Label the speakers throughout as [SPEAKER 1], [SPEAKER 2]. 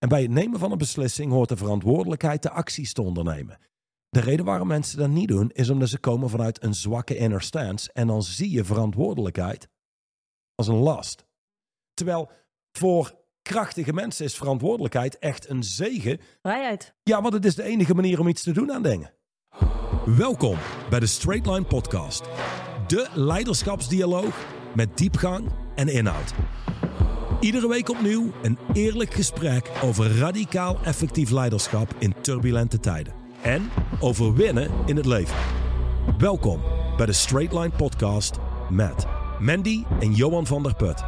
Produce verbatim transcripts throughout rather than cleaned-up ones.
[SPEAKER 1] En bij het nemen van een beslissing hoort de verantwoordelijkheid de acties te ondernemen. De reden waarom mensen dat niet doen, is omdat ze komen vanuit een zwakke inner stance. En dan zie je verantwoordelijkheid als een last. Terwijl voor krachtige mensen is verantwoordelijkheid echt een zegen.
[SPEAKER 2] Vrijheid.
[SPEAKER 1] Ja, want het is de enige manier om iets te doen aan dingen. Welkom bij de Straight Line Podcast. De leiderschapsdialoog met diepgang en inhoud. Iedere week opnieuw een eerlijk gesprek over radicaal effectief leiderschap in turbulente tijden. En over winnen in het leven. Welkom bij de Straight Line Podcast met Mandy en Johan van der Put.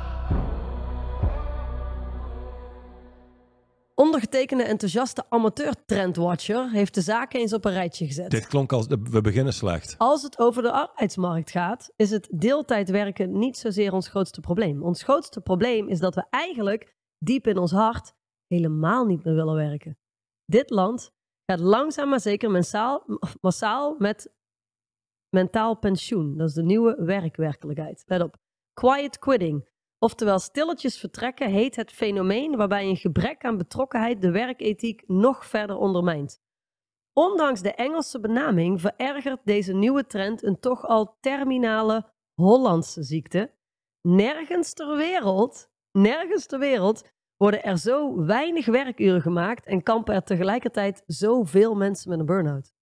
[SPEAKER 2] Ondergetekende enthousiaste amateur-trendwatcher heeft de zaken eens op een rijtje gezet.
[SPEAKER 1] Dit klonk als we beginnen slecht.
[SPEAKER 2] Als het over de arbeidsmarkt gaat, is het deeltijdwerken niet zozeer ons grootste probleem. Ons grootste probleem is dat we eigenlijk diep in ons hart helemaal niet meer willen werken. Dit land gaat langzaam maar zeker massaal, massaal met mentaal pensioen. Dat is de nieuwe werkwerkelijkheid. Let op. Quiet quitting. Oftewel stilletjes vertrekken heet het fenomeen waarbij een gebrek aan betrokkenheid de werkethiek nog verder ondermijnt. Ondanks de Engelse benaming verergert deze nieuwe trend een toch al terminale Hollandse ziekte. Nergens ter wereld, nergens ter wereld worden er zo weinig werkuren gemaakt en kampen er tegelijkertijd zoveel mensen met een burn-out.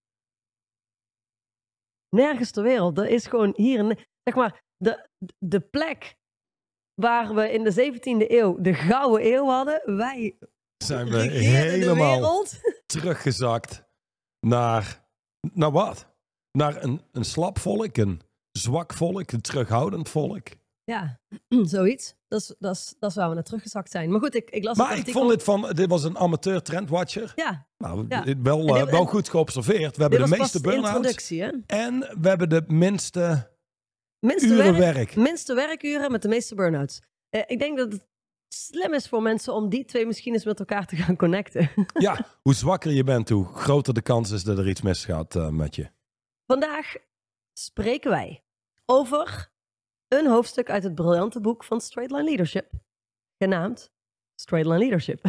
[SPEAKER 2] Nergens ter wereld. Er is gewoon hier een, zeg maar, de, de plek waar we in de zeventiende eeuw de gouden eeuw hadden. Wij
[SPEAKER 1] zijn we
[SPEAKER 2] regeerden de
[SPEAKER 1] helemaal
[SPEAKER 2] wereld.
[SPEAKER 1] teruggezakt naar, naar wat? Naar een, een slap volk, een zwak volk, een terughoudend volk.
[SPEAKER 2] Ja, zoiets. Dat is, dat, is, dat is waar we naar teruggezakt zijn. Maar goed, ik, ik las
[SPEAKER 1] Maar
[SPEAKER 2] het
[SPEAKER 1] ik
[SPEAKER 2] artikel.
[SPEAKER 1] vond dit van, dit was een amateur trendwatcher.
[SPEAKER 2] Ja,
[SPEAKER 1] Nou,
[SPEAKER 2] ja.
[SPEAKER 1] dit wel,
[SPEAKER 2] En
[SPEAKER 1] uh,
[SPEAKER 2] dit-
[SPEAKER 1] wel
[SPEAKER 2] en-
[SPEAKER 1] goed geobserveerd. We
[SPEAKER 2] dit
[SPEAKER 1] hebben
[SPEAKER 2] was
[SPEAKER 1] de
[SPEAKER 2] pas
[SPEAKER 1] meeste
[SPEAKER 2] de
[SPEAKER 1] burn-outs.
[SPEAKER 2] introductie, hè?
[SPEAKER 1] En we hebben de minste
[SPEAKER 2] Minste
[SPEAKER 1] uren
[SPEAKER 2] werk,
[SPEAKER 1] werk.
[SPEAKER 2] minste werkuren met de meeste burn-outs. Eh, ik denk dat het slim is voor mensen om die twee misschien eens met elkaar te gaan connecten.
[SPEAKER 1] Ja, hoe zwakker je bent, hoe groter de kans is dat er iets misgaat uh, met je.
[SPEAKER 2] Vandaag spreken wij over een hoofdstuk uit het briljante boek van Straight Line Leadership, genaamd Straight Line Leadership.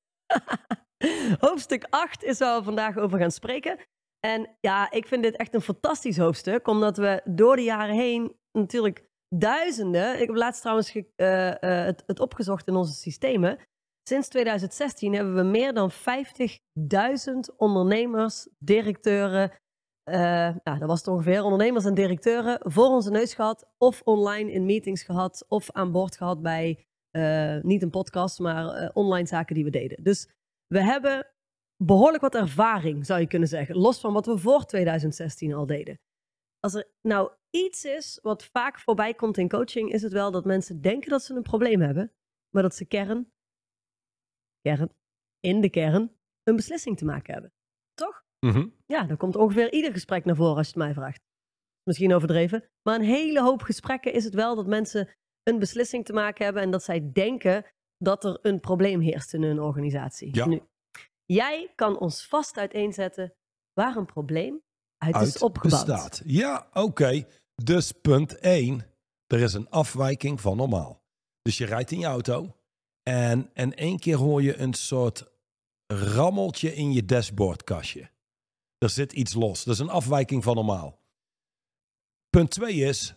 [SPEAKER 2] Hoofdstuk acht is waar we vandaag over gaan spreken. En ja, ik vind dit echt een fantastisch hoofdstuk, omdat we door de jaren heen natuurlijk duizenden, ik heb laatst trouwens ge, uh, uh, het, het opgezocht in onze systemen, sinds twintig zestien hebben we meer dan vijftigduizend ondernemers, directeuren, uh, nou, dat was het ongeveer, ondernemers en directeuren voor onze neus gehad, of online in meetings gehad, of aan boord gehad bij, uh, niet een podcast, maar uh, online zaken die we deden. Dus we hebben behoorlijk wat ervaring, zou je kunnen zeggen, los van wat we voor twintig zestien al deden. Als er nou iets is wat vaak voorbij komt in coaching, is het wel dat mensen denken dat ze een probleem hebben, maar dat ze kern, kern, in de kern, een beslissing te maken hebben. Toch?
[SPEAKER 1] Mm-hmm.
[SPEAKER 2] Ja, dan komt ongeveer ieder gesprek naar voren als je het mij vraagt. Misschien overdreven, maar een hele hoop gesprekken is het wel dat mensen een beslissing te maken hebben en dat zij denken dat er een probleem heerst in hun organisatie.
[SPEAKER 1] Ja.
[SPEAKER 2] Nu, jij kan ons vast uiteenzetten waar een probleem uit,
[SPEAKER 1] Uit
[SPEAKER 2] is opgebouwd.
[SPEAKER 1] bestaat. Ja, oké. Okay. Dus punt één. Er is een afwijking van normaal. Dus je rijdt in je auto en in één keer hoor je een soort rammeltje in je dashboardkastje. Er zit iets los. Dat is een afwijking van normaal. Punt twee is,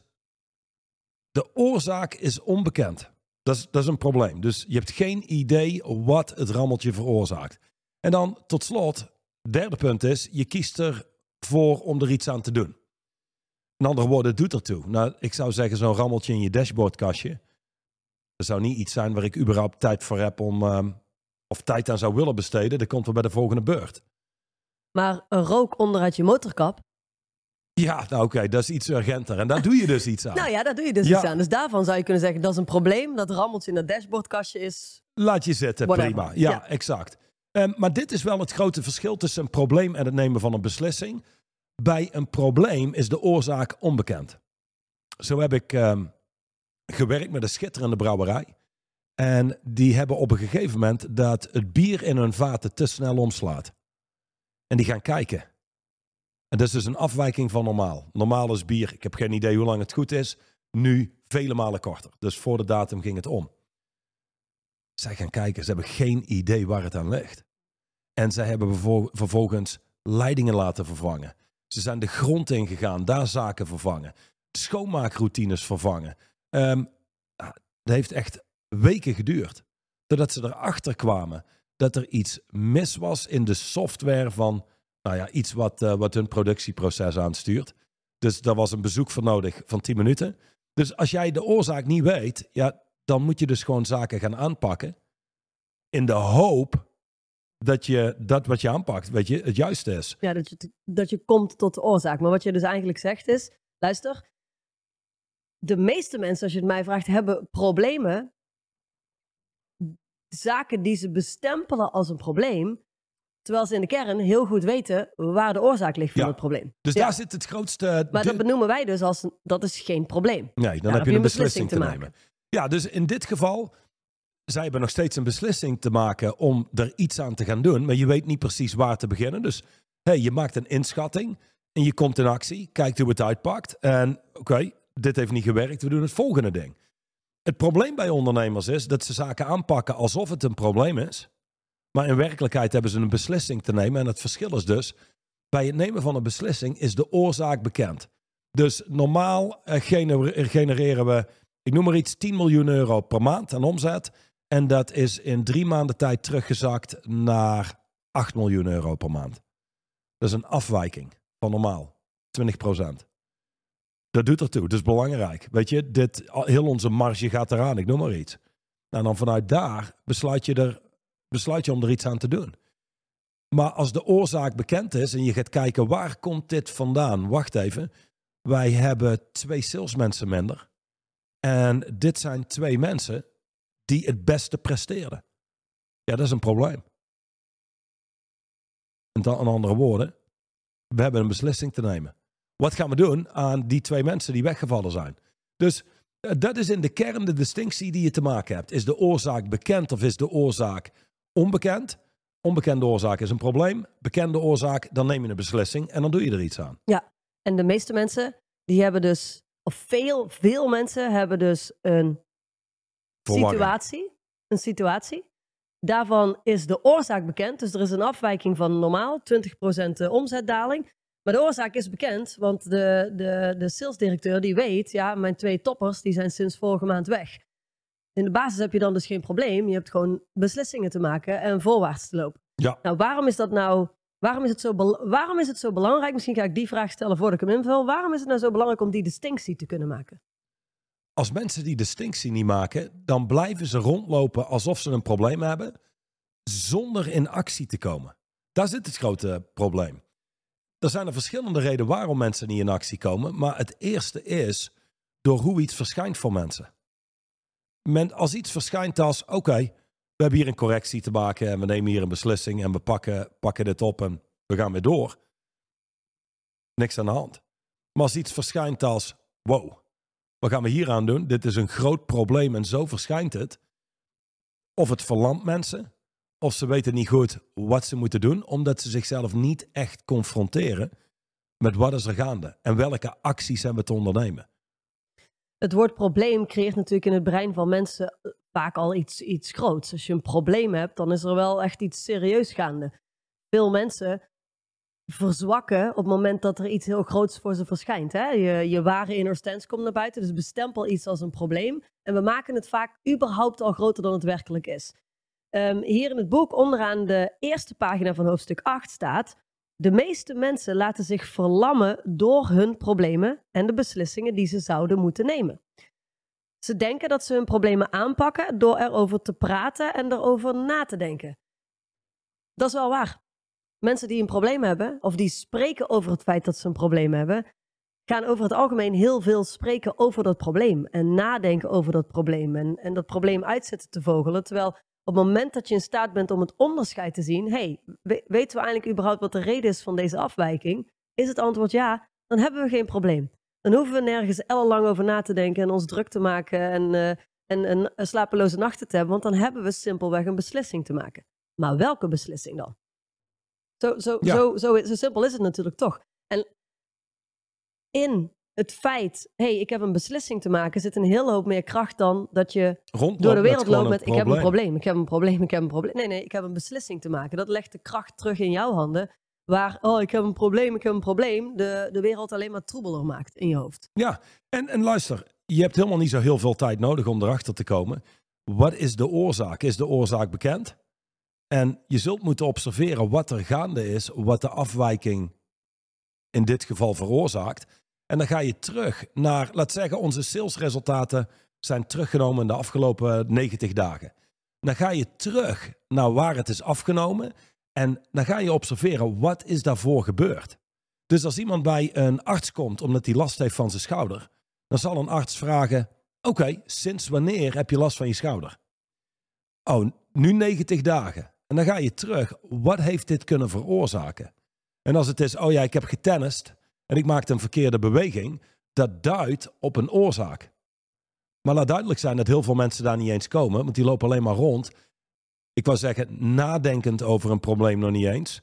[SPEAKER 1] de oorzaak is onbekend. Dat is, dat is een probleem. Dus je hebt geen idee wat het rammeltje veroorzaakt. En dan tot slot, derde punt is, je kiest ervoor om er iets aan te doen. In andere woorden, het doet ertoe. Nou, ik zou zeggen, zo'n rammeltje in je dashboardkastje, dat zou niet iets zijn waar ik überhaupt tijd voor heb om, um, of tijd aan zou willen besteden. Dat komt wel bij de volgende beurt.
[SPEAKER 2] Maar een rook onderuit je motorkap,
[SPEAKER 1] Ja, nou oké, okay, dat is iets urgenter. En daar doe je dus iets aan.
[SPEAKER 2] nou ja, daar doe je dus
[SPEAKER 1] Ja.
[SPEAKER 2] iets aan. Dus daarvan zou je kunnen zeggen, dat is een probleem. Dat rammeltje in dat dashboardkastje is...
[SPEAKER 1] Laat je zitten,
[SPEAKER 2] Whatever.
[SPEAKER 1] prima. Ja,
[SPEAKER 2] Ja.
[SPEAKER 1] exact. Um, maar dit is wel het grote verschil tussen een probleem en het nemen van een beslissing. Bij een probleem is de oorzaak onbekend. Zo heb ik um, gewerkt met een schitterende brouwerij. En die hebben op een gegeven moment dat het bier in hun vaten te snel omslaat. En die gaan kijken. En dat is dus een afwijking van normaal. Normaal is bier, ik heb geen idee hoe lang het goed is, nu vele malen korter. Dus voor de datum ging het om. Zij gaan kijken, ze hebben geen idee waar het aan ligt. En zij hebben vervol- vervolgens leidingen laten vervangen. Ze zijn de grond ingegaan, daar zaken vervangen. Schoonmaakroutines vervangen. Um, het heeft echt weken geduurd. Totdat ze erachter kwamen dat er iets mis was in de software van nou ja, iets wat, uh, wat hun productieproces aanstuurt. Dus daar was een bezoek voor nodig van tien minuten. Dus als jij de oorzaak niet weet, ja, dan moet je dus gewoon zaken gaan aanpakken. In de hoop dat je dat wat je aanpakt, weet je, het juiste is.
[SPEAKER 2] Ja, dat je, dat je komt tot de oorzaak. Maar wat je dus eigenlijk zegt is, luister, de meeste mensen, als je het mij vraagt, hebben problemen. Zaken die ze bestempelen als een probleem, terwijl ze in de kern heel goed weten waar de oorzaak ligt van
[SPEAKER 1] ja.
[SPEAKER 2] het probleem.
[SPEAKER 1] Dus
[SPEAKER 2] ja.
[SPEAKER 1] daar zit het grootste...
[SPEAKER 2] Maar dat benoemen wij dus als, een, dat is geen probleem.
[SPEAKER 1] Nee, dan
[SPEAKER 2] daar
[SPEAKER 1] heb je een beslissing, beslissing te, te
[SPEAKER 2] maken.
[SPEAKER 1] nemen. Ja, dus in dit geval, zij hebben nog steeds een beslissing te maken om er iets aan te gaan doen, maar je weet niet precies waar te beginnen. Dus hey, je maakt een inschatting en je komt in actie, kijkt hoe het uitpakt en oké, okay, dit heeft niet gewerkt, we doen het volgende ding. Het probleem bij ondernemers is dat ze zaken aanpakken alsof het een probleem is. Maar in werkelijkheid hebben ze een beslissing te nemen. En het verschil is dus, bij het nemen van een beslissing is de oorzaak bekend. Dus normaal uh, genereren we, ik noem maar iets, tien miljoen euro per maand aan omzet. En dat is in drie maanden tijd teruggezakt naar acht miljoen euro per maand. Dat is een afwijking van normaal, twintig procent. Dat doet ertoe, dat is belangrijk. Weet je, dit, heel onze marge gaat eraan, ik noem maar iets. En dan vanuit daar besluit je, er, besluit je om er iets aan te doen. Maar als de oorzaak bekend is en je gaat kijken, waar komt dit vandaan? Wacht even, wij hebben twee salesmensen minder. En dit zijn twee mensen die het beste presteerden. Ja, dat is een probleem. In andere woorden, we hebben een beslissing te nemen. Wat gaan we doen aan die twee mensen die weggevallen zijn? Dus uh, dat is in de kern de distinctie die je te maken hebt. Is de oorzaak bekend of is de oorzaak onbekend? Onbekende oorzaak is een probleem. Bekende oorzaak, dan neem je een beslissing en dan doe je er iets aan.
[SPEAKER 2] Ja, en de meeste mensen, die hebben dus, of veel, veel mensen hebben dus een
[SPEAKER 1] Verwarring.
[SPEAKER 2] situatie. Een situatie. Daarvan is de oorzaak bekend. Dus er is een afwijking van normaal, twintig procent omzetdaling. Maar de oorzaak is bekend, want de, de, de salesdirecteur die weet, ja, mijn twee toppers die zijn sinds vorige maand weg. In de basis heb je dan dus geen probleem. Je hebt gewoon beslissingen te maken en voorwaarts te lopen.
[SPEAKER 1] Ja.
[SPEAKER 2] Nou, waarom is dat nou, waarom is het zo, waarom is het zo belangrijk? Misschien ga ik die vraag stellen voordat ik hem invul. Waarom is het nou zo belangrijk om die distinctie te kunnen maken?
[SPEAKER 1] Als mensen die distinctie niet maken, dan blijven ze rondlopen alsof ze een probleem hebben, zonder in actie te komen. Daar zit het grote probleem. Er zijn er verschillende redenen waarom mensen niet in actie komen. Maar het eerste is door hoe iets verschijnt voor mensen. Men, als iets verschijnt als, oké, okay, we hebben hier een correctie te maken en we nemen hier een beslissing en we pakken, pakken dit op en we gaan weer door. Niks aan de hand. Maar als iets verschijnt als, wow, wat gaan we hier aan doen? Dit is een groot probleem en zo verschijnt het. Of het verlamt mensen. Of ze weten niet goed wat ze moeten doen, omdat ze zichzelf niet echt confronteren met wat is er gaande en welke acties hebben we te ondernemen.
[SPEAKER 2] Het woord probleem creëert natuurlijk in het brein van mensen vaak al iets, iets groots. Als je een probleem hebt, dan is er wel echt iets serieus gaande. Veel mensen verzwakken op het moment dat er iets heel groots voor ze verschijnt. Hè? Je, je ware inner stance komt naar buiten, dus bestempel iets als een probleem. En we maken het vaak überhaupt al groter dan het werkelijk is. Um, hier in het boek, onderaan de eerste pagina van hoofdstuk acht staat: de meeste mensen laten zich verlammen door hun problemen en de beslissingen die ze zouden moeten nemen. Ze denken dat ze hun problemen aanpakken door erover te praten en erover na te denken. Dat is wel waar. Mensen die een probleem hebben, of die spreken over het feit dat ze een probleem hebben, gaan over het algemeen heel veel spreken over dat probleem en nadenken over dat probleem en, en dat probleem uitzetten te vogelen, terwijl op het moment dat je in staat bent om het onderscheid te zien, hey, we, weten we eigenlijk überhaupt wat de reden is van deze afwijking? Is het antwoord ja, dan hebben we geen probleem. Dan hoeven we nergens ellenlang over na te denken en ons druk te maken en, uh, en, en uh, slapeloze nachten te hebben, want dan hebben we simpelweg een beslissing te maken. Maar welke beslissing dan? Zo, zo,
[SPEAKER 1] ja.
[SPEAKER 2] zo, zo, zo simpel is het natuurlijk toch. En in het feit, hé, hey, ik heb een beslissing te maken, zit een hele hoop meer kracht dan dat je
[SPEAKER 1] Rondloopt
[SPEAKER 2] door de
[SPEAKER 1] met
[SPEAKER 2] wereld
[SPEAKER 1] gewoon
[SPEAKER 2] loopt
[SPEAKER 1] een
[SPEAKER 2] met, ik heb een
[SPEAKER 1] probleem.
[SPEAKER 2] probleem, ik heb een probleem, ik heb een probleem. Nee, nee, ik heb een beslissing te maken. Dat legt de kracht terug in jouw handen, waar, oh, ik heb een probleem, ik heb een probleem, de, de wereld alleen maar troebeler maakt in je hoofd.
[SPEAKER 1] Ja, en, en luister, je hebt helemaal niet zo heel veel tijd nodig om erachter te komen. Wat is de oorzaak? Is de oorzaak bekend? En je zult moeten observeren wat er gaande is, wat de afwijking in dit geval veroorzaakt. En dan ga je terug naar, laat zeggen, onze salesresultaten zijn teruggenomen in de afgelopen negentig dagen. Dan ga je terug naar waar het is afgenomen en dan ga je observeren wat is daarvoor gebeurd. Dus als iemand bij een arts komt omdat hij last heeft van zijn schouder, dan zal een arts vragen, oké, okay, sinds wanneer heb je last van je schouder? Oh, nu negentig dagen. En dan ga je terug, wat heeft dit kunnen veroorzaken? En als het is, oh ja, ik heb getennist en ik maakte een verkeerde beweging, dat duidt op een oorzaak. Maar laat duidelijk zijn dat heel veel mensen daar niet eens komen, want die lopen alleen maar rond. Ik wou zeggen, nadenkend over een probleem nog niet eens.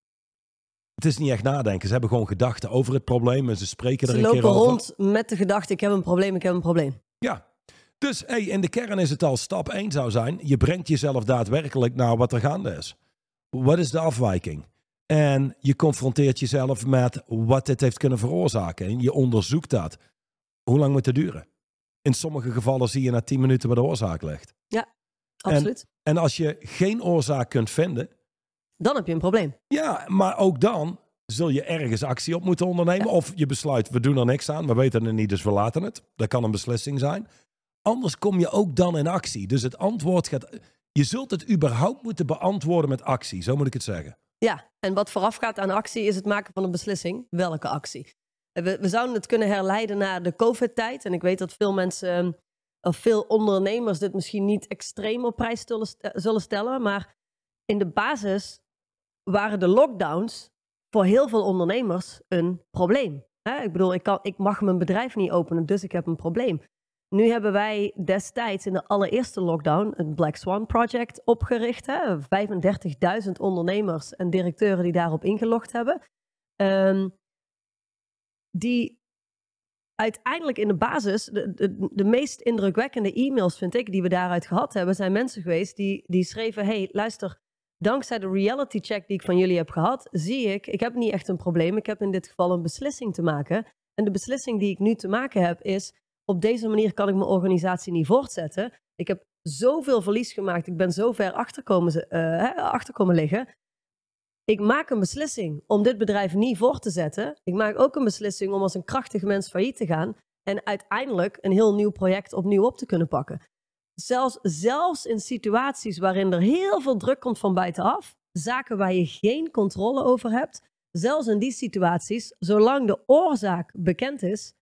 [SPEAKER 1] Het is niet echt nadenken. Ze hebben gewoon gedachten over het probleem en ze spreken
[SPEAKER 2] Ze
[SPEAKER 1] er een keer over.
[SPEAKER 2] Ze lopen rond met de gedachte, ik heb een probleem, ik heb een probleem.
[SPEAKER 1] Ja, dus hey, in de kern is het al stap één zou zijn, je brengt jezelf daadwerkelijk naar wat er gaande is. Wat is de afwijking? En je confronteert jezelf met wat dit heeft kunnen veroorzaken. En je onderzoekt dat. Hoe lang moet het duren? In sommige gevallen zie je na tien minuten waar de oorzaak ligt.
[SPEAKER 2] Ja, absoluut.
[SPEAKER 1] En, en als je geen oorzaak kunt vinden,
[SPEAKER 2] dan heb je een probleem.
[SPEAKER 1] Ja, maar ook dan zul je ergens actie op moeten ondernemen. Ja. Of je besluit, we doen er niks aan, we weten het niet, dus we laten het. Dat kan een beslissing zijn. Anders kom je ook dan in actie. Dus het antwoord gaat... Je zult het überhaupt moeten beantwoorden met actie, zo moet ik het zeggen.
[SPEAKER 2] Ja, en wat voorafgaat aan actie is het maken van een beslissing. Welke actie? We, we zouden het kunnen herleiden naar de COVID-tijd. En ik weet dat veel mensen, of veel ondernemers dit misschien niet extreem op prijs zullen stellen. Maar in de basis waren de lockdowns voor heel veel ondernemers een probleem. Hè? Ik bedoel, ik, kan, ik mag mijn bedrijf niet openen, dus ik heb een probleem. Nu hebben wij destijds in de allereerste lockdown het Black Swan Project opgericht. Hè? vijfendertigduizend ondernemers en directeuren die daarop ingelogd hebben. Um, die uiteindelijk in de basis, de, de, de meest indrukwekkende e-mails vind ik, die we daaruit gehad hebben, zijn mensen geweest die, die schreven, hey, luister, dankzij de reality check die ik van jullie heb gehad, zie ik, ik heb niet echt een probleem. Ik heb in dit geval een beslissing te maken. En de beslissing die ik nu te maken heb is, op deze manier kan ik mijn organisatie niet voortzetten. Ik heb zoveel verlies gemaakt. Ik ben zo ver achter komen, uh, achter komen liggen. Ik maak een beslissing om dit bedrijf niet voor te zetten. Ik maak ook een beslissing om als een krachtig mens failliet te gaan. En uiteindelijk een heel nieuw project opnieuw op te kunnen pakken. Zelfs, zelfs in situaties waarin er heel veel druk komt van buitenaf. Zaken waar je geen controle over hebt. Zelfs in die situaties, zolang de oorzaak bekend is,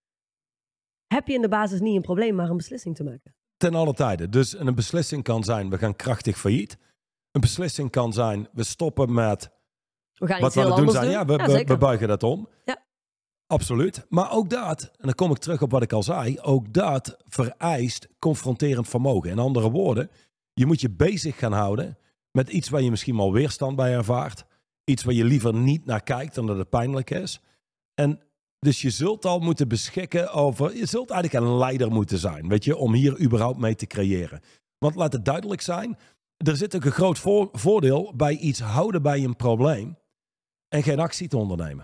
[SPEAKER 2] heb je in de basis niet een probleem, maar een beslissing te maken.
[SPEAKER 1] Ten alle tijde. Dus een beslissing kan zijn, we gaan krachtig failliet. Een beslissing kan zijn, we stoppen met
[SPEAKER 2] we gaan
[SPEAKER 1] wat we aan het doen zijn.
[SPEAKER 2] Doen.
[SPEAKER 1] Ja, we,
[SPEAKER 2] ja,
[SPEAKER 1] we, we buigen dat om.
[SPEAKER 2] Ja.
[SPEAKER 1] Absoluut. Maar ook dat, en dan kom ik terug op wat ik al zei, ook dat vereist confronterend vermogen. In andere woorden, je moet je bezig gaan houden met iets waar je misschien wel weerstand bij ervaart. Iets waar je liever niet naar kijkt omdat het pijnlijk is. En dus je zult al moeten beschikken over, je zult eigenlijk een leider moeten zijn, weet je, om hier überhaupt mee te creëren. Want laat het duidelijk zijn, er zit ook een groot voor, voordeel bij iets houden bij een probleem en geen actie te ondernemen.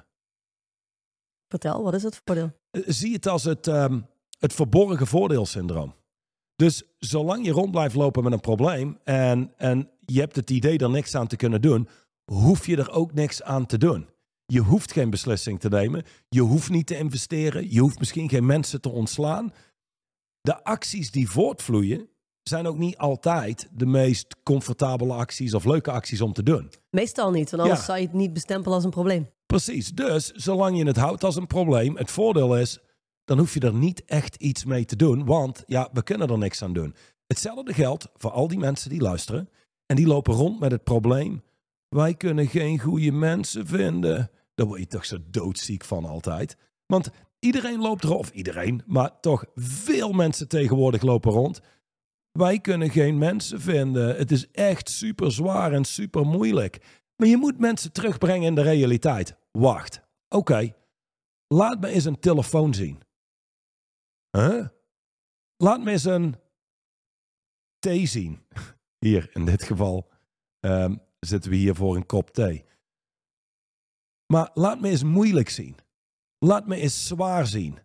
[SPEAKER 2] Vertel, wat is het voordeel?
[SPEAKER 1] Zie het als het, um, het verborgen voordeelsyndroom. Dus zolang je rond blijft lopen met een probleem en, en je hebt het idee er niks aan te kunnen doen, hoef je er ook niks aan te doen. Je hoeft geen beslissing te nemen. Je hoeft niet te investeren. Je hoeft misschien geen mensen te ontslaan. De acties die voortvloeien zijn ook niet altijd de meest comfortabele acties of leuke acties om te doen.
[SPEAKER 2] Meestal niet, want anders
[SPEAKER 1] Ja.
[SPEAKER 2] zou je het niet bestempelen als een probleem.
[SPEAKER 1] Precies. Dus zolang je het houdt als een probleem, het voordeel is, dan hoef je er niet echt iets mee te doen, want ja, we kunnen er niks aan doen. Hetzelfde geldt voor al die mensen die luisteren en die lopen rond met het probleem, wij kunnen geen goede mensen vinden. Daar word je toch zo doodziek van altijd. Want iedereen loopt er, of iedereen, maar toch veel mensen tegenwoordig lopen rond. Wij kunnen geen mensen vinden. Het is echt super zwaar en super moeilijk. Maar je moet mensen terugbrengen in de realiteit. Wacht, oké. Okay. Laat me eens een telefoon zien. Huh? Laat me eens een thee zien. Hier, in dit geval um, zitten we hier voor een kop thee. Maar laat me eens moeilijk zien. Laat me eens zwaar zien.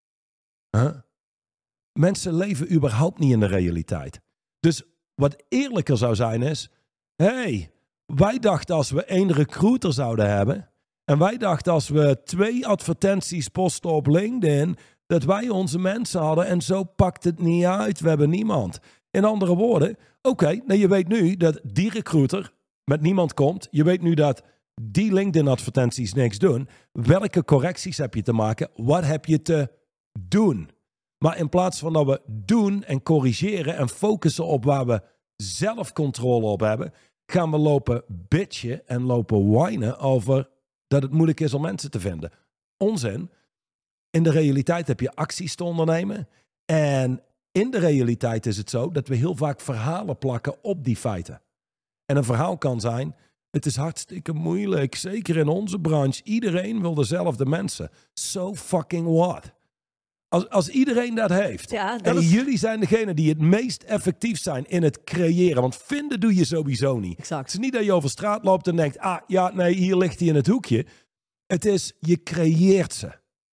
[SPEAKER 1] Huh? Mensen leven überhaupt niet in de realiteit. Dus wat eerlijker zou zijn is... hey, wij dachten als we één recruiter zouden hebben... en wij dachten als we twee advertenties posten op LinkedIn... dat wij onze mensen hadden en zo pakt het niet uit. We hebben niemand. In andere woorden, oké, okay, nou je weet nu dat die recruiter met niemand komt. Je weet nu dat die LinkedIn-advertenties niks doen. Welke correcties heb je te maken? Wat heb je te doen? Maar in plaats van dat we doen en corrigeren en focussen op waar we zelf controle op hebben, gaan we lopen bitchen en lopen whinen over dat het moeilijk is om mensen te vinden. Onzin. In de realiteit heb je acties te ondernemen. En in de realiteit is het zo dat we heel vaak verhalen plakken op die feiten. En een verhaal kan zijn, het is hartstikke moeilijk, zeker in onze branche. Iedereen wil dezelfde mensen. So fucking what? Als, als iedereen dat heeft,
[SPEAKER 2] ja, dat
[SPEAKER 1] en
[SPEAKER 2] is...
[SPEAKER 1] jullie zijn degene die het meest effectief zijn in het creëren. Want vinden doe je sowieso niet.
[SPEAKER 2] Exact.
[SPEAKER 1] Het is niet dat je over straat loopt en denkt, ah ja, nee, hier ligt hij in het hoekje. Het is, je creëert ze.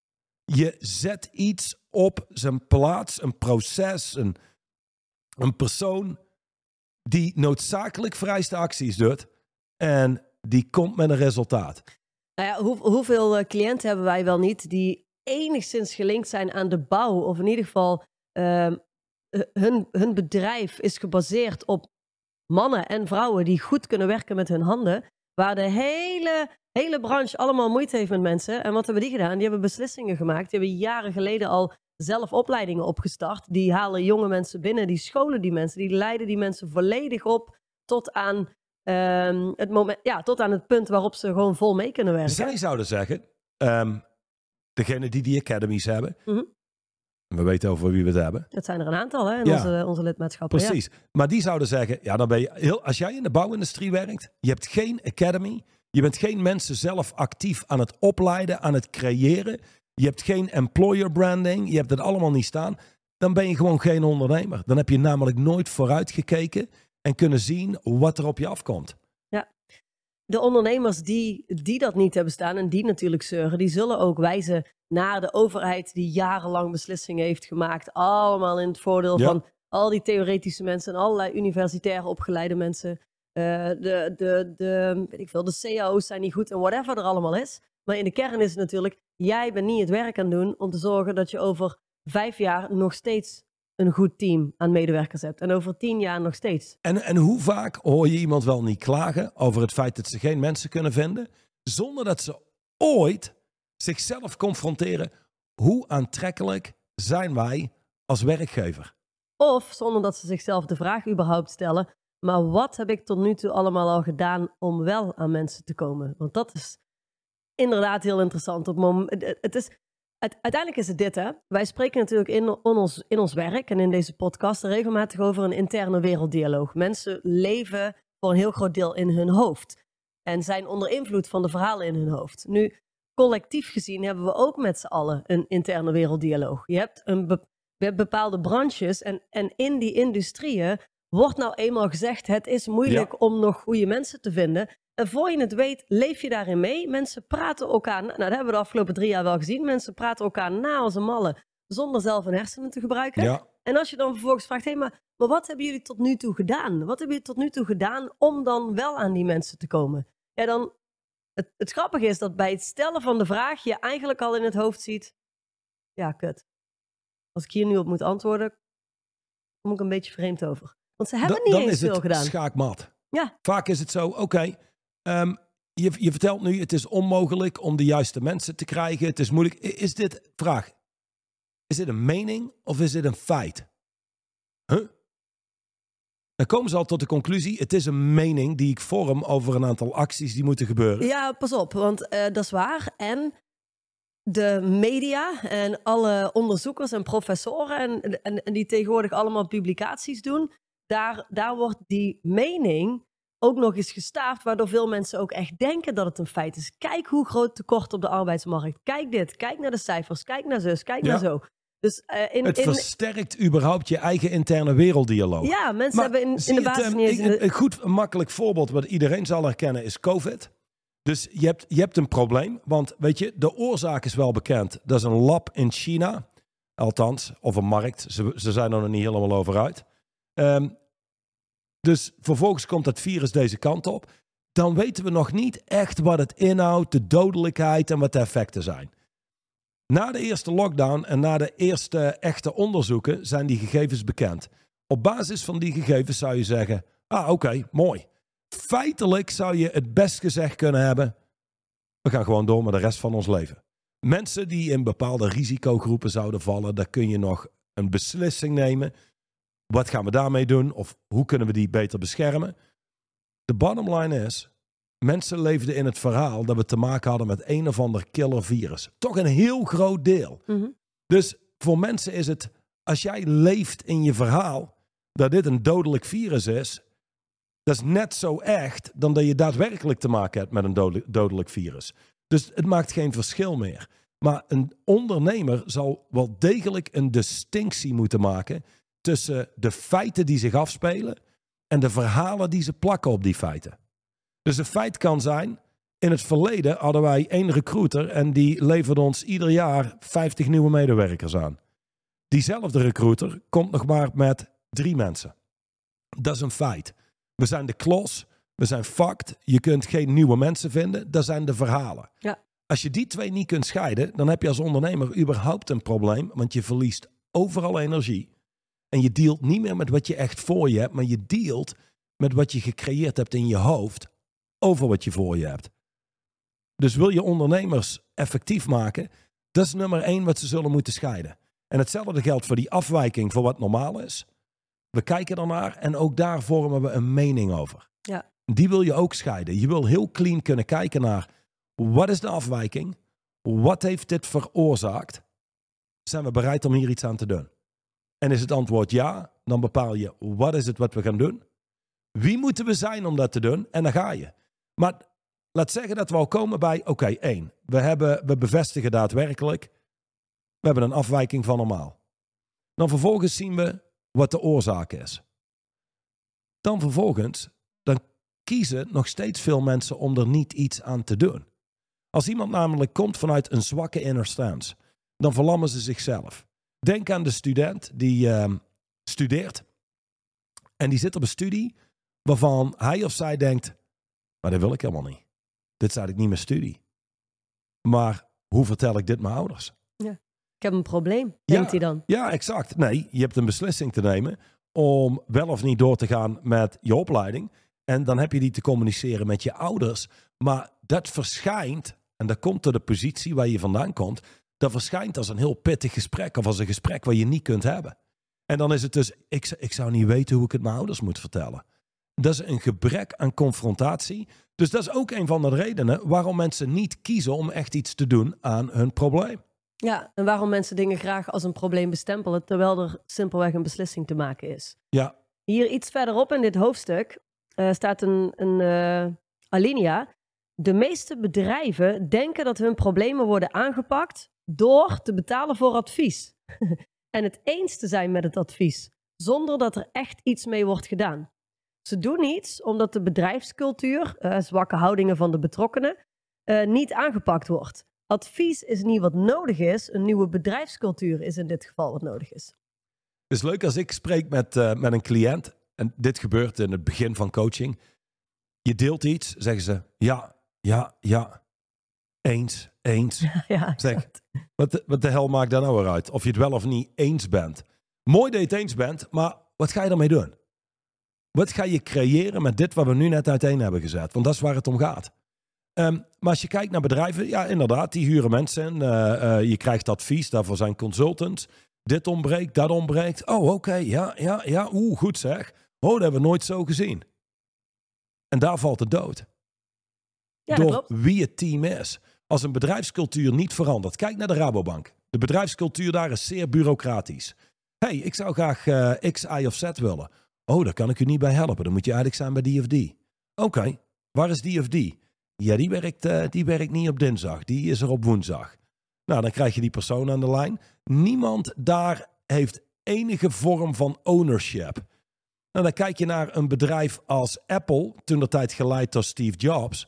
[SPEAKER 1] Je zet iets op zijn plaats, een proces, een, een persoon die noodzakelijk vereiste acties doet en die komt met een resultaat.
[SPEAKER 2] Nou ja, hoe, hoeveel uh, cliënten hebben wij wel niet die enigszins gelinkt zijn aan de bouw of in ieder geval uh, hun, hun bedrijf is gebaseerd op mannen en vrouwen die goed kunnen werken met hun handen, waar de hele, hele branche allemaal moeite heeft met mensen. En wat hebben die gedaan? Die hebben beslissingen gemaakt. Die hebben jaren geleden al zelf opleidingen opgestart. Die halen jonge mensen binnen, die scholen die mensen, die leiden die mensen volledig op tot aan, um, het, moment, ja, tot aan het punt waarop ze gewoon vol mee kunnen werken.
[SPEAKER 1] Zij zouden zeggen, um, degene die die academies hebben,
[SPEAKER 2] mm-hmm.
[SPEAKER 1] we weten over wie we het hebben.
[SPEAKER 2] Dat zijn er een aantal hè, in
[SPEAKER 1] ja.
[SPEAKER 2] onze, onze lidmaatschappen.
[SPEAKER 1] Precies, ja. Maar die zouden zeggen, ja, dan ben je heel, als jij in de bouwindustrie werkt, je hebt geen academy, je bent geen mensen zelf actief aan het opleiden, aan het creëren, je hebt geen employer branding, je hebt het allemaal niet staan, dan ben je gewoon geen ondernemer. Dan heb je namelijk nooit vooruitgekeken en kunnen zien wat er op je afkomt.
[SPEAKER 2] Ja, de ondernemers die, die dat niet hebben staan en die natuurlijk zeuren, die zullen ook wijzen naar de overheid die jarenlang beslissingen heeft gemaakt. Allemaal in het voordeel ja. van al die theoretische mensen en allerlei universitair opgeleide mensen. Uh, de, de, de, weet ik veel, de C A O's zijn niet goed en whatever er allemaal is. Maar in de kern is het natuurlijk, jij bent niet het werk aan het doen om te zorgen dat je over vijf jaar nog steeds een goed team aan medewerkers hebt. En over tien jaar nog steeds.
[SPEAKER 1] En, en hoe vaak hoor je iemand wel niet klagen over het feit dat ze geen mensen kunnen vinden, zonder dat ze ooit zichzelf confronteren. Hoe aantrekkelijk zijn wij als werkgever?
[SPEAKER 2] Of zonder dat ze zichzelf de vraag überhaupt stellen, maar wat heb ik tot nu toe allemaal al gedaan om wel aan mensen te komen? Want dat is inderdaad heel interessant. Op moment, het is, het, uiteindelijk is het dit, hè. Wij spreken natuurlijk in, in, ons, in ons werk en in deze podcast regelmatig over een interne werelddialoog. Mensen leven voor een heel groot deel in hun hoofd en zijn onder invloed van de verhalen in hun hoofd. Nu, collectief gezien hebben we ook met z'n allen een interne werelddialoog. Je hebt een be- je hebt bepaalde branches en, en in die industrieën wordt nou eenmaal gezegd, het is moeilijk ja. om nog goede mensen te vinden. En voor je het weet, leef je daarin mee. Mensen praten elkaar, nou dat hebben we de afgelopen drie jaar wel gezien, mensen praten elkaar na als een malle, zonder zelf hun hersenen te gebruiken. Ja. En als je dan vervolgens vraagt, hé, hey, maar, maar wat hebben jullie tot nu toe gedaan? Wat hebben jullie tot nu toe gedaan om dan wel aan die mensen te komen? Ja, dan, het, het grappige is dat bij het stellen van de vraag je eigenlijk al in het hoofd ziet, ja, kut. Als ik hier nu op moet antwoorden, kom ik een beetje vreemd over. Want ze hebben da, niet eens veel gedaan.
[SPEAKER 1] Dan is het schaakmat.
[SPEAKER 2] Ja.
[SPEAKER 1] Vaak is het zo, oké, okay, um, je, je vertelt nu, het is onmogelijk om de juiste mensen te krijgen. Het is moeilijk. Is dit, vraag, is dit een mening of is dit een feit? Huh? Dan komen ze al tot de conclusie, het is een mening die ik vorm over een aantal acties die moeten gebeuren.
[SPEAKER 2] Ja, pas op, want uh, dat is waar. En de media en alle onderzoekers en professoren en, en, en die tegenwoordig allemaal publicaties doen, daar, daar wordt die mening ook nog eens gestaafd, waardoor veel mensen ook echt denken dat het een feit is. Kijk hoe groot tekort op de arbeidsmarkt. Kijk dit, kijk naar de cijfers, kijk naar zus, kijk ja. naar zo. Dus, uh, in,
[SPEAKER 1] het
[SPEAKER 2] in...
[SPEAKER 1] versterkt überhaupt je eigen interne werelddialoog.
[SPEAKER 2] Ja, mensen
[SPEAKER 1] maar
[SPEAKER 2] hebben in, in de
[SPEAKER 1] het,
[SPEAKER 2] basis
[SPEAKER 1] um,
[SPEAKER 2] niet eens...
[SPEAKER 1] Een, een goed, een makkelijk voorbeeld wat iedereen zal herkennen is COVID. Dus je hebt, je hebt een probleem. Want weet je, de oorzaak is wel bekend. Dat is een lab in China. Althans, of een markt. Ze, ze zijn er nog niet helemaal over uit. Um, dus vervolgens komt dat virus deze kant op. Dan weten we nog niet echt wat het inhoudt, de dodelijkheid en wat de effecten zijn. Na de eerste lockdown en na de eerste echte onderzoeken zijn die gegevens bekend. Op basis van die gegevens zou je zeggen, ah oké, okay, mooi. Feitelijk zou je het best gezegd kunnen hebben, we gaan gewoon door met de rest van ons leven. Mensen die in bepaalde risicogroepen zouden vallen, daar kun je nog een beslissing nemen. Wat gaan we daarmee doen? Of hoe kunnen we die beter beschermen? De bottom line is, mensen leefden in het verhaal dat we te maken hadden met een of ander killer virus. Toch een heel groot deel.
[SPEAKER 2] Mm-hmm.
[SPEAKER 1] Dus voor mensen is het, als jij leeft in je verhaal dat dit een dodelijk virus is, dat is net zo echt dan dat je daadwerkelijk te maken hebt met een dodelijk virus. Dus het maakt geen verschil meer. Maar een ondernemer zal wel degelijk een distinctie moeten maken tussen de feiten die zich afspelen en de verhalen die ze plakken op die feiten. Dus een feit kan zijn, in het verleden hadden wij één recruiter en die leverde ons ieder jaar vijftig nieuwe medewerkers aan. Diezelfde recruiter komt nog maar met drie mensen. Dat is een feit. We zijn de klos, we zijn fucked, je kunt geen nieuwe mensen vinden, dat zijn de verhalen.
[SPEAKER 2] Ja.
[SPEAKER 1] Als je die twee niet kunt scheiden, dan heb je als ondernemer überhaupt een probleem, want je verliest overal energie. En je dealt niet meer met wat je echt voor je hebt, maar je dealt met wat je gecreëerd hebt in je hoofd over wat je voor je hebt. Dus wil je ondernemers effectief maken, dat is nummer één wat ze zullen moeten scheiden. En hetzelfde geldt voor die afwijking voor wat normaal is. We kijken ernaar en ook daar vormen we een mening over.
[SPEAKER 2] Ja.
[SPEAKER 1] Die wil je ook scheiden. Je wil heel clean kunnen kijken naar wat is de afwijking? Wat heeft dit veroorzaakt? Zijn we bereid om hier iets aan te doen? En is het antwoord ja, dan bepaal je wat is het wat we gaan doen? Wie moeten we zijn om dat te doen? En dan ga je. Maar laat zeggen dat we al komen bij, oké, okay, één. We, hebben, we bevestigen daadwerkelijk, we hebben een afwijking van normaal. Dan vervolgens zien we wat de oorzaak is. Dan vervolgens, dan kiezen nog steeds veel mensen om er niet iets aan te doen. Als iemand namelijk komt vanuit een zwakke inner stance, dan verlammen ze zichzelf. Denk aan de student die uh, studeert en die zit op een studie waarvan hij of zij denkt, maar dat wil ik helemaal niet. Dit is eigenlijk niet mijn studie. Maar hoe vertel ik dit mijn ouders?
[SPEAKER 2] Ja. Ik heb een probleem, denkt
[SPEAKER 1] ja,
[SPEAKER 2] hij dan.
[SPEAKER 1] Ja, exact. Nee, je hebt een beslissing te nemen om wel of niet door te gaan met je opleiding. En dan heb je die te communiceren met je ouders. Maar dat verschijnt, en dat komt door de positie waar je vandaan komt, dat verschijnt als een heel pittig gesprek of als een gesprek waar je niet kunt hebben. En dan is het dus, ik, ik zou niet weten hoe ik het mijn ouders moet vertellen. Dat is een gebrek aan confrontatie. Dus dat is ook een van de redenen waarom mensen niet kiezen om echt iets te doen aan hun probleem.
[SPEAKER 2] Ja, en waarom mensen dingen graag als een probleem bestempelen, terwijl er simpelweg een beslissing te maken is.
[SPEAKER 1] Ja.
[SPEAKER 2] Hier iets verderop in dit hoofdstuk uh, staat een, een uh, alinea. De meeste bedrijven denken dat hun problemen worden aangepakt door te betalen voor advies. En het eens te zijn met het advies, zonder dat er echt iets mee wordt gedaan. Ze doen iets omdat de bedrijfscultuur, uh, zwakke houdingen van de betrokkenen, uh, niet aangepakt wordt. Advies is niet wat nodig is. Een nieuwe bedrijfscultuur is in dit geval wat nodig is.
[SPEAKER 1] Het is leuk als ik spreek met, uh, met een cliënt. En dit gebeurt in het begin van coaching. Je deelt iets, zeggen ze ja, ja, ja. Eens, eens.
[SPEAKER 2] Ja, ja,
[SPEAKER 1] zeg, wat de, wat de hel maakt daar nou weer uit? Of je het wel of niet eens bent. Mooi dat je het eens bent, maar wat ga je ermee doen? Wat ga je creëren met dit wat we nu net uiteen hebben gezet? Want dat is waar het om gaat. Um, maar als je kijkt naar bedrijven, ja inderdaad, die huren mensen. Uh, uh, je krijgt advies, daarvoor zijn consultants. Dit ontbreekt, dat ontbreekt. Oh, oké, okay, ja, ja, ja, oeh, goed zeg. Oh, dat hebben we nooit zo gezien. En daar valt het dood.
[SPEAKER 2] Ja,
[SPEAKER 1] door
[SPEAKER 2] klopt.
[SPEAKER 1] Wie het team is. Als een bedrijfscultuur niet verandert. Kijk naar de Rabobank. De bedrijfscultuur daar is zeer bureaucratisch. Hé, hey, ik zou graag uh, X, Y of Z willen. Oh, daar kan ik u niet bij helpen. Dan moet je eigenlijk zijn bij die of die. Oké, okay, waar is die of die? Ja, die werkt, uh, die werkt niet op dinsdag. Die is er op woensdag. Nou, dan krijg je die persoon aan de lijn. Niemand daar heeft enige vorm van ownership. Nou, dan kijk je naar een bedrijf als Apple, toen de tijd geleid door Steve Jobs.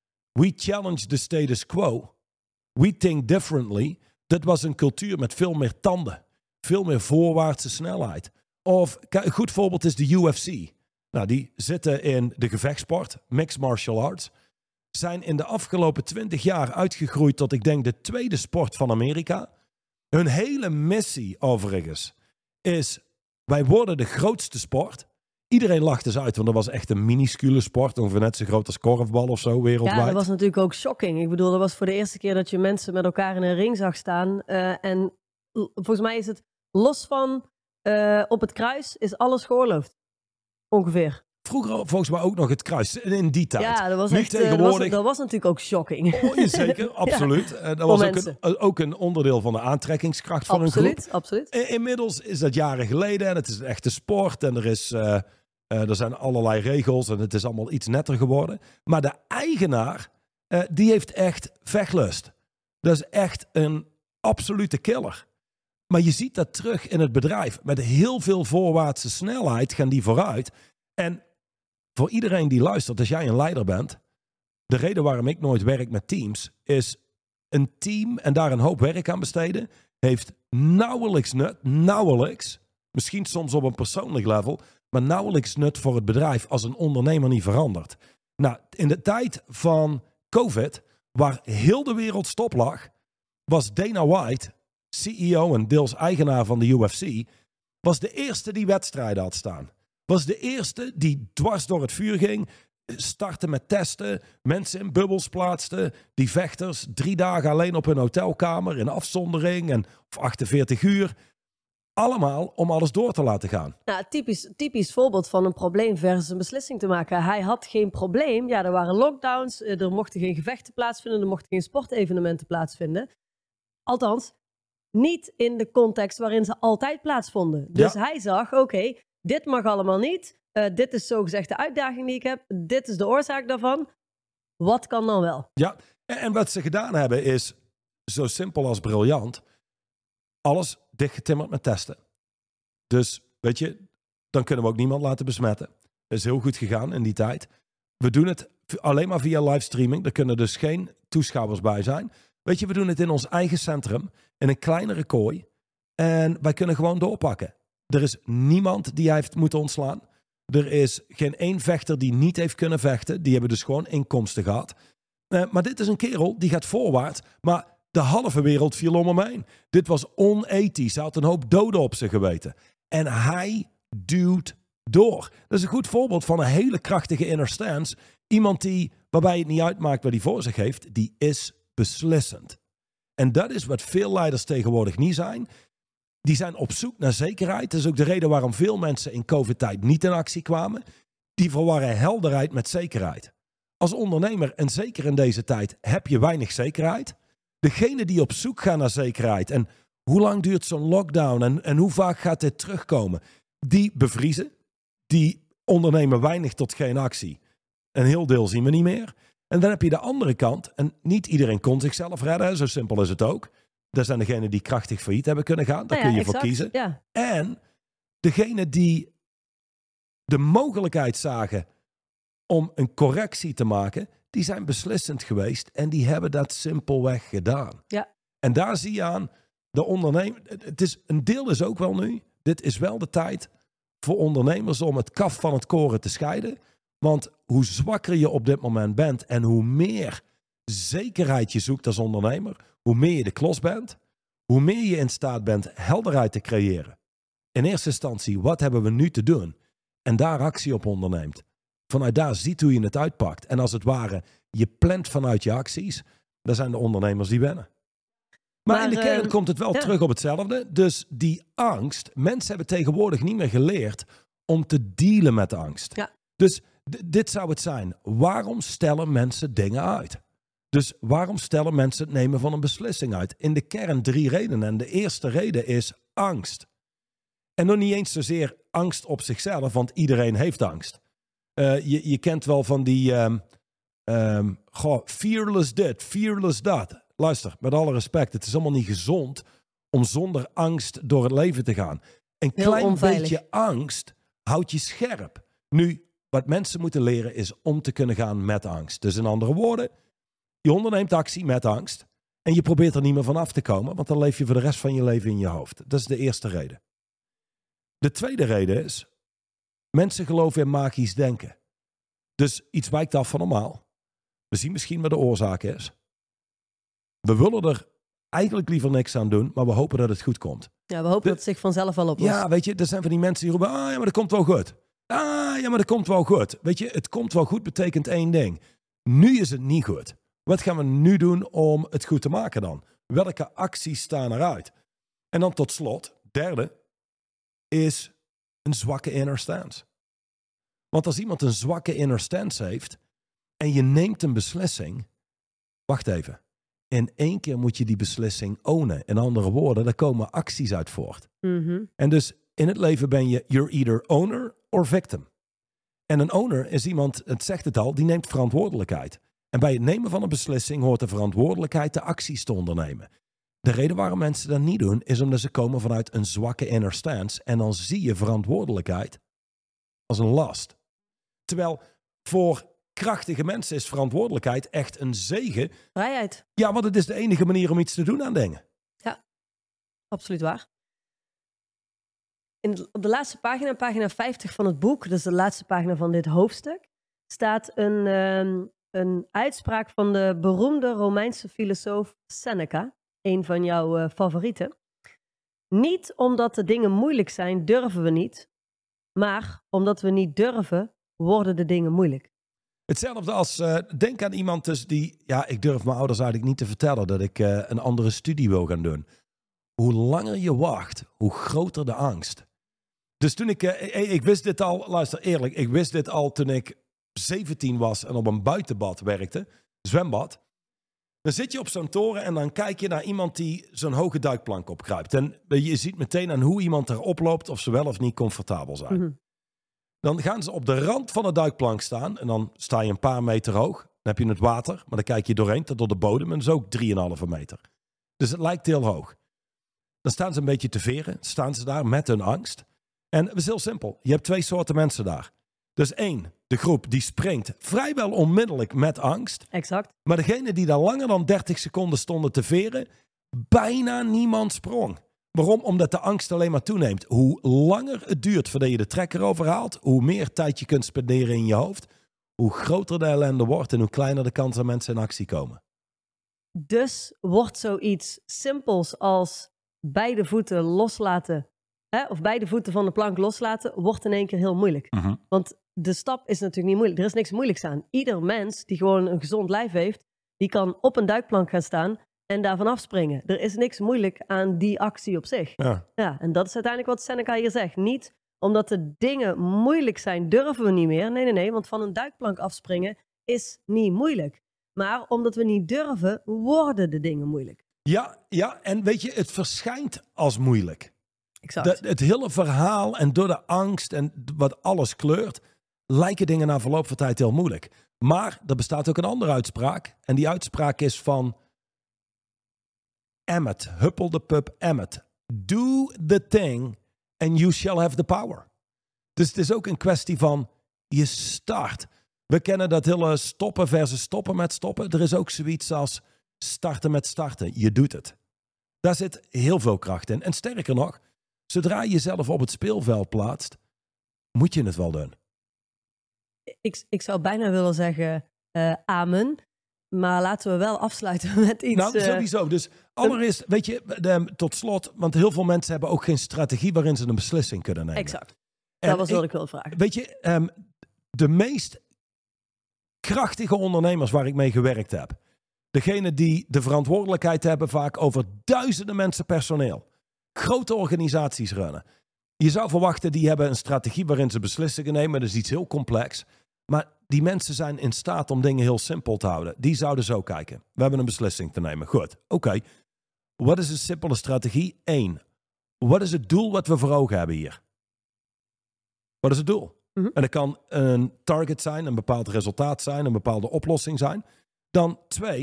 [SPEAKER 1] We challenge the status quo. We think differently. Dat was een cultuur met veel meer tanden. Veel meer voorwaartse snelheid. Of een goed voorbeeld is de U F C. Nou, die zitten in de gevechtsport, mixed martial arts. Zijn in de afgelopen twintig jaar uitgegroeid tot, ik denk, de tweede sport van Amerika. Hun hele missie, overigens, is: wij worden de grootste sport. Iedereen lacht eens uit, want dat was echt een minuscule sport. Ongeveer net zo groot als korfbal of zo, wereldwijd.
[SPEAKER 2] Ja, dat was natuurlijk ook shocking. Ik bedoel, dat was voor de eerste keer dat je mensen met elkaar in een ring zag staan. Uh, en volgens mij is het los van uh, op het kruis is alles geoorloofd. Ongeveer.
[SPEAKER 1] Vroeger volgens mij ook nog het kruis, in die tijd.
[SPEAKER 2] Ja, dat was,
[SPEAKER 1] nu
[SPEAKER 2] echt,
[SPEAKER 1] tegenwoordig...
[SPEAKER 2] dat was, dat was natuurlijk ook shocking.
[SPEAKER 1] Oh, je zeker, absoluut. Ja, uh, dat was ook een, ook een onderdeel van de aantrekkingskracht van
[SPEAKER 2] absoluut,
[SPEAKER 1] een groep.
[SPEAKER 2] Absoluut,
[SPEAKER 1] In, Inmiddels is dat jaren geleden en het is een echte sport. En er, is, uh, uh, er zijn allerlei regels en het is allemaal iets netter geworden. Maar de eigenaar, uh, die heeft echt vechtlust. Dat is echt een absolute killer. Maar je ziet dat terug in het bedrijf. Met heel veel voorwaartse snelheid gaan die vooruit. En voor iedereen die luistert, als jij een leider bent, de reden waarom ik nooit werk met teams, is een team en daar een hoop werk aan besteden, heeft nauwelijks nut, nauwelijks, misschien soms op een persoonlijk level, maar nauwelijks nut voor het bedrijf als een ondernemer niet verandert. Nou, in de tijd van COVID, waar heel de wereld stop lag, was Dana White, C E O en deels eigenaar van de U F C, was de eerste die wedstrijden had staan. Was de eerste die dwars door het vuur ging, startte met testen, mensen in bubbels plaatste, die vechters drie dagen alleen op hun hotelkamer in afzondering en of achtenveertig uur. Allemaal om alles door te laten gaan.
[SPEAKER 2] Nou, typisch, typisch voorbeeld van een probleem versus een beslissing te maken. Hij had geen probleem. Ja, er waren lockdowns, er mochten geen gevechten plaatsvinden, er mochten geen sportevenementen plaatsvinden. Althans, niet in de context waarin ze altijd plaatsvonden. Dus ja. Hij zag, oké, okay, dit mag allemaal niet. Uh, dit is zogezegd de uitdaging die ik heb. Dit is de oorzaak daarvan. Wat kan dan wel?
[SPEAKER 1] Ja, en, en wat ze gedaan hebben is zo simpel als briljant. Alles dichtgetimmerd met testen. Dus, weet je, dan kunnen we ook niemand laten besmetten. Dat is heel goed gegaan in die tijd. We doen het alleen maar via livestreaming. Er kunnen dus geen toeschouwers bij zijn. Weet je, we doen het in ons eigen centrum, in een kleinere kooi. En wij kunnen gewoon doorpakken. Er is niemand die hij heeft moeten ontslaan. Er is geen één vechter die niet heeft kunnen vechten. Die hebben dus gewoon inkomsten gehad. Uh, maar dit is een kerel die gaat voorwaarts. Maar de halve wereld viel om hem heen. Dit was onethisch. Hij had een hoop doden op zich geweten. En hij duwt door. Dat is een goed voorbeeld van een hele krachtige inner stance. Iemand die, waarbij het niet uitmaakt wat hij voor zich heeft, die is beslissend. En dat is wat veel leiders tegenwoordig niet zijn. Die zijn op zoek naar zekerheid. Dat is ook de reden waarom veel mensen in COVID-tijd niet in actie kwamen. Die verwarren helderheid met zekerheid. Als ondernemer, en zeker in deze tijd, heb je weinig zekerheid. Degene die op zoek gaan naar zekerheid en hoe lang duurt zo'n lockdown en, en hoe vaak gaat dit terugkomen, die bevriezen. Die ondernemen weinig tot geen actie. Een heel deel zien we niet meer. En dan heb je de andere kant, en niet iedereen kon zichzelf redden, zo simpel is het ook. Dat zijn degenen die krachtig failliet hebben kunnen gaan. Daar
[SPEAKER 2] nou ja,
[SPEAKER 1] kun je
[SPEAKER 2] exact,
[SPEAKER 1] voor kiezen.
[SPEAKER 2] Ja.
[SPEAKER 1] En degenen die de mogelijkheid zagen om een correctie te maken, die zijn beslissend geweest en die hebben dat simpelweg gedaan.
[SPEAKER 2] Ja.
[SPEAKER 1] En daar zie je aan, de ondernemer, het is, een deel is ook wel nu, dit is wel de tijd voor ondernemers om het kaf van het koren te scheiden. Want hoe zwakker je op dit moment bent en hoe meer zekerheid je zoekt als ondernemer, hoe meer je de klos bent, hoe meer je in staat bent helderheid te creëren. In eerste instantie, wat hebben we nu te doen? En daar actie op onderneemt. Vanuit daar ziet hoe je het uitpakt. En als het ware, je plant vanuit je acties, dan zijn de ondernemers die wennen. Maar, maar in de kern uh, komt het wel ja. terug op hetzelfde. Dus die angst, mensen hebben tegenwoordig niet meer geleerd om te dealen met de angst.
[SPEAKER 2] Ja.
[SPEAKER 1] Dus d- dit zou het zijn. Waarom stellen mensen dingen uit? Dus waarom stellen mensen het nemen van een beslissing uit? In de kern drie redenen. En de eerste reden is angst. En nog niet eens zozeer angst op zichzelf, want iedereen heeft angst. Uh, je, je kent wel van die um, um, goh, fearless dit, fearless dat. luister, met alle respect, het is allemaal niet gezond om zonder angst door het leven te gaan. Een
[SPEAKER 2] Heel
[SPEAKER 1] klein
[SPEAKER 2] onveilig.
[SPEAKER 1] beetje angst houdt je scherp. Nu, wat mensen moeten leren is om te kunnen gaan met angst. Dus in andere woorden, je onderneemt actie met angst en je probeert er niet meer van af te komen, want dan leef je voor de rest van je leven in je hoofd. Dat is de eerste reden. De tweede reden is, mensen geloven in magisch denken. Dus iets wijkt af van normaal. We zien misschien wat de oorzaak is. We willen er eigenlijk liever niks aan doen, maar we hopen dat het goed komt.
[SPEAKER 2] Ja, we hopen
[SPEAKER 1] De-
[SPEAKER 2] dat het zich vanzelf al oplost.
[SPEAKER 1] Ja, weet je, er zijn van die mensen die roepen, ah ja, maar dat komt wel goed. Ah ja, maar dat komt wel goed. Weet je, het komt wel goed betekent één ding. Nu is het niet goed. Wat gaan we nu doen om het goed te maken dan? Welke acties staan eruit? En dan tot slot, derde, is een zwakke inner stance. Want als iemand een zwakke inner stance heeft en je neemt een beslissing, wacht even. In één keer moet je die beslissing ownen. In andere woorden, daar komen acties uit voort.
[SPEAKER 2] Mhm.
[SPEAKER 1] En dus in het leven ben je, you're either owner or victim. En een owner is iemand, het zegt het al, die neemt verantwoordelijkheid. En bij het nemen van een beslissing hoort de verantwoordelijkheid de acties te ondernemen. De reden waarom mensen dat niet doen, is omdat ze komen vanuit een zwakke inner stance. En dan zie je verantwoordelijkheid als een last. Terwijl voor krachtige mensen is verantwoordelijkheid echt een zegen.
[SPEAKER 2] Vrijheid,
[SPEAKER 1] Ja, want het is de enige manier om iets te doen aan dingen.
[SPEAKER 2] absoluut waar. In de, op de laatste pagina, pagina vijftig van het boek, dus de laatste pagina van dit hoofdstuk, staat een, ehm, een uitspraak van de beroemde Romeinse filosoof Seneca, een van jouw eh, favorieten. Niet omdat de dingen moeilijk zijn, durven we niet, maar omdat we niet durven, worden de dingen moeilijk.
[SPEAKER 1] Hetzelfde als, uh, denk aan iemand dus die, ja, ik durf mijn ouders eigenlijk niet te vertellen dat ik uh, een andere studie wil gaan doen. Hoe langer je wacht, hoe groter de angst. Dus toen ik, uh, ik wist dit al, luister eerlijk, ik wist dit al toen ik zeventien was en op een buitenbad werkte, zwembad. Dan zit je op zo'n toren en dan kijk je naar iemand die zo'n hoge duikplank opkruipt. En je ziet meteen aan hoe iemand erop loopt of ze wel of niet comfortabel zijn.
[SPEAKER 2] Mhm.
[SPEAKER 1] Dan gaan ze op de rand van de duikplank staan. En dan sta je een paar meter hoog. Dan heb je het water. Maar dan kijk je doorheen tot door de bodem. En dat is ook drieënhalve meter. Dus het lijkt heel hoog. Dan staan ze een beetje te veren. Staan ze daar met hun angst. En het is heel simpel. Je hebt twee soorten mensen daar. Dus één, de groep die springt vrijwel onmiddellijk met angst.
[SPEAKER 2] Exact.
[SPEAKER 1] Maar degene die daar langer dan dertig seconden stonden te veren, bijna niemand sprong. Waarom? Omdat de angst alleen maar toeneemt. Hoe langer het duurt voordat je de trekker overhaalt, hoe meer tijd je kunt spenderen in je hoofd, hoe groter de ellende wordt en hoe kleiner de kans dat mensen in actie komen.
[SPEAKER 2] Dus wordt zoiets simpels als beide voeten loslaten, hè, of beide voeten van de plank loslaten, wordt in één keer heel moeilijk.
[SPEAKER 1] Mm-hmm.
[SPEAKER 2] Want de stap is natuurlijk niet moeilijk. Er is niks moeilijks aan. Ieder mens die gewoon een gezond lijf heeft, die kan op een duikplank gaan staan en daarvan afspringen. Er is niks moeilijk aan die actie op zich.
[SPEAKER 1] Ja.
[SPEAKER 2] Ja, en dat is uiteindelijk wat Seneca hier zegt. Niet omdat de dingen moeilijk zijn, durven we niet meer. Nee, nee, nee, want van een duikplank afspringen is niet moeilijk. Maar omdat we niet durven, worden de dingen moeilijk.
[SPEAKER 1] Ja, ja, en weet je, het verschijnt als moeilijk.
[SPEAKER 2] Exact.
[SPEAKER 1] De, het hele verhaal en door de angst en wat alles kleurt, lijken dingen na verloop van tijd heel moeilijk. Maar er bestaat ook een andere uitspraak. En die uitspraak is van Emmet, Huppel de Pup Emmet. Do the thing and you shall have the power. Dus het is ook een kwestie van je start. We kennen dat hele stoppen versus stoppen met stoppen. Er is ook zoiets als starten met starten. Je doet het. Daar zit heel veel kracht in. En sterker nog, zodra je jezelf op het speelveld plaatst, moet je het wel doen.
[SPEAKER 2] Ik, ik zou bijna willen zeggen uh, amen. Maar laten we wel afsluiten met iets...
[SPEAKER 1] Nou, sowieso. Dus allereerst, weet je, de, tot slot, want heel veel mensen hebben ook geen strategie waarin ze een beslissing kunnen nemen.
[SPEAKER 2] Exact.
[SPEAKER 1] En
[SPEAKER 2] Dat was wat
[SPEAKER 1] ik,
[SPEAKER 2] ik wilde vragen.
[SPEAKER 1] Weet je, um, de meest krachtige ondernemers waar ik mee gewerkt heb, degene die de verantwoordelijkheid hebben vaak over duizenden mensen personeel, grote organisaties runnen. Je zou verwachten, die hebben een strategie waarin ze beslissingen nemen. Dat is iets heel complex. Maar die mensen zijn in staat om dingen heel simpel te houden. Die zouden zo kijken. We hebben een beslissing te nemen. Goed, oké. Okay. Wat is een simpele strategie? Eén. Wat is het doel wat we voor ogen hebben hier? Wat is het doel?
[SPEAKER 2] Mm-hmm.
[SPEAKER 1] En dat kan een target zijn, een bepaald resultaat zijn, een bepaalde oplossing zijn. Dan twee,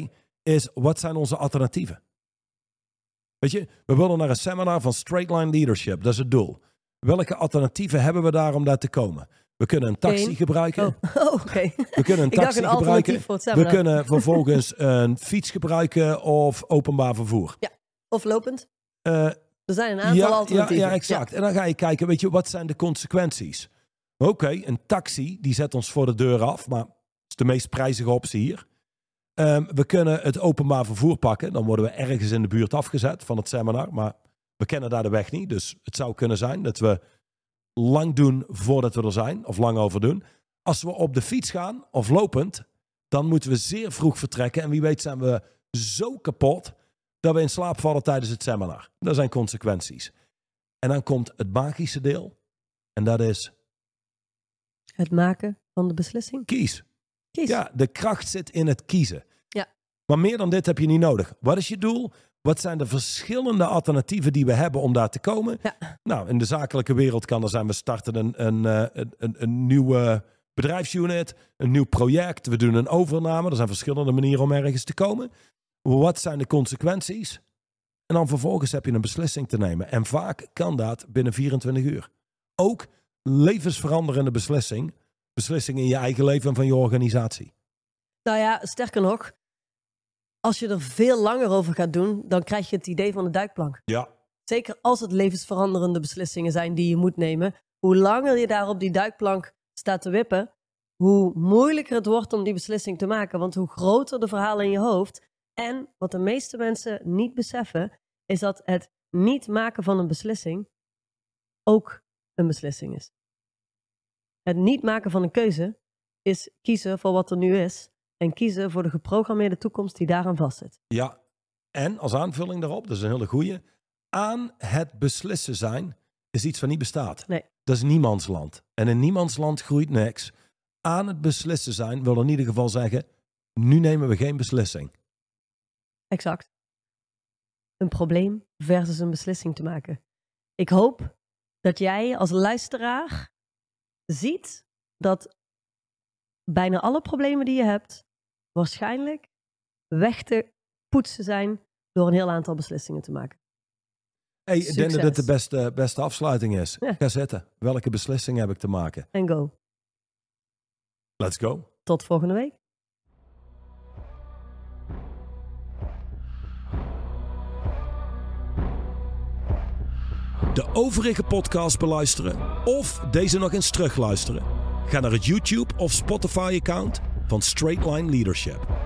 [SPEAKER 1] is, wat zijn onze alternatieven? Weet je, we willen naar een seminar van Straight Line Leadership. Dat is het doel. Welke alternatieven hebben we daar om daar te komen? We kunnen een taxi
[SPEAKER 2] Geen.
[SPEAKER 1] gebruiken.
[SPEAKER 2] Oh, oh oké. Okay.
[SPEAKER 1] We kunnen een taxi
[SPEAKER 2] een
[SPEAKER 1] gebruiken.
[SPEAKER 2] Voor het
[SPEAKER 1] we kunnen vervolgens een fiets gebruiken of openbaar vervoer.
[SPEAKER 2] Ja, of lopend.
[SPEAKER 1] Uh,
[SPEAKER 2] er zijn een aantal
[SPEAKER 1] ja,
[SPEAKER 2] alternatieven.
[SPEAKER 1] Ja, ja exact. Ja. En dan ga je kijken, weet je, wat zijn de consequenties? Oké, okay, een taxi, die zet ons voor de deur af, maar dat is de meest prijzige optie hier. Um, we kunnen het openbaar vervoer pakken. Dan worden we ergens in de buurt afgezet van het seminar. Maar we kennen daar de weg niet. Dus het zou kunnen zijn dat we lang doen voordat we er zijn. Of lang over doen. Als we op de fiets gaan of lopend, dan moeten we zeer vroeg vertrekken. En wie weet zijn we zo kapot dat we in slaap vallen tijdens het seminar. Dat zijn consequenties. En dan komt het magische deel. En dat is...
[SPEAKER 2] het maken van de beslissing.
[SPEAKER 1] Kies.
[SPEAKER 2] Kies.
[SPEAKER 1] Ja, de kracht zit in het kiezen.
[SPEAKER 2] Ja.
[SPEAKER 1] Maar meer dan dit heb je niet nodig. Wat is je doel? Wat zijn de verschillende alternatieven die we hebben om daar te komen?
[SPEAKER 2] Ja.
[SPEAKER 1] Nou, in de zakelijke wereld kan er zijn, we starten een, een, een, een, een nieuwe bedrijfsunit, een nieuw project, we doen een overname. Er zijn verschillende manieren om ergens te komen. Wat zijn de consequenties? En dan vervolgens heb je een beslissing te nemen. En vaak kan dat binnen vierentwintig uur. Ook levensveranderende beslissing. Beslissing in je eigen leven en van je organisatie.
[SPEAKER 2] Nou ja, sterker nog, als je er veel langer over gaat doen, dan krijg je het idee van de duikplank.
[SPEAKER 1] Ja.
[SPEAKER 2] Zeker als het levensveranderende beslissingen zijn die je moet nemen. Hoe langer je daar op die duikplank staat te wippen, hoe moeilijker het wordt om die beslissing te maken. Want hoe groter de verhalen in je hoofd. En wat de meeste mensen niet beseffen, is dat het niet maken van een beslissing ook een beslissing is. Het niet maken van een keuze is kiezen voor wat er nu is en kiezen voor de geprogrammeerde toekomst die daaraan vastzit.
[SPEAKER 1] Ja, en als aanvulling daarop, dat is een hele goeie, aan het beslissen zijn is iets wat niet bestaat.
[SPEAKER 2] Nee.
[SPEAKER 1] Dat is niemandsland. En in niemandsland groeit niks. Aan het beslissen zijn wil in ieder geval zeggen, nu nemen we geen beslissing.
[SPEAKER 2] Exact. Een probleem versus een beslissing te maken. Ik hoop dat jij als luisteraar ziet dat bijna alle problemen die je hebt waarschijnlijk weg te poetsen zijn door een heel aantal beslissingen te maken.
[SPEAKER 1] Hey, ik denk dat dit de beste, beste afsluiting is.
[SPEAKER 2] Ja.
[SPEAKER 1] Ga zitten. Welke beslissing heb ik te maken?
[SPEAKER 2] En go.
[SPEAKER 1] Let's go.
[SPEAKER 2] Tot volgende week.
[SPEAKER 1] De overige podcast beluisteren of deze nog eens terugluisteren? Ga naar het YouTube of Spotify account van Straight Line Leadership.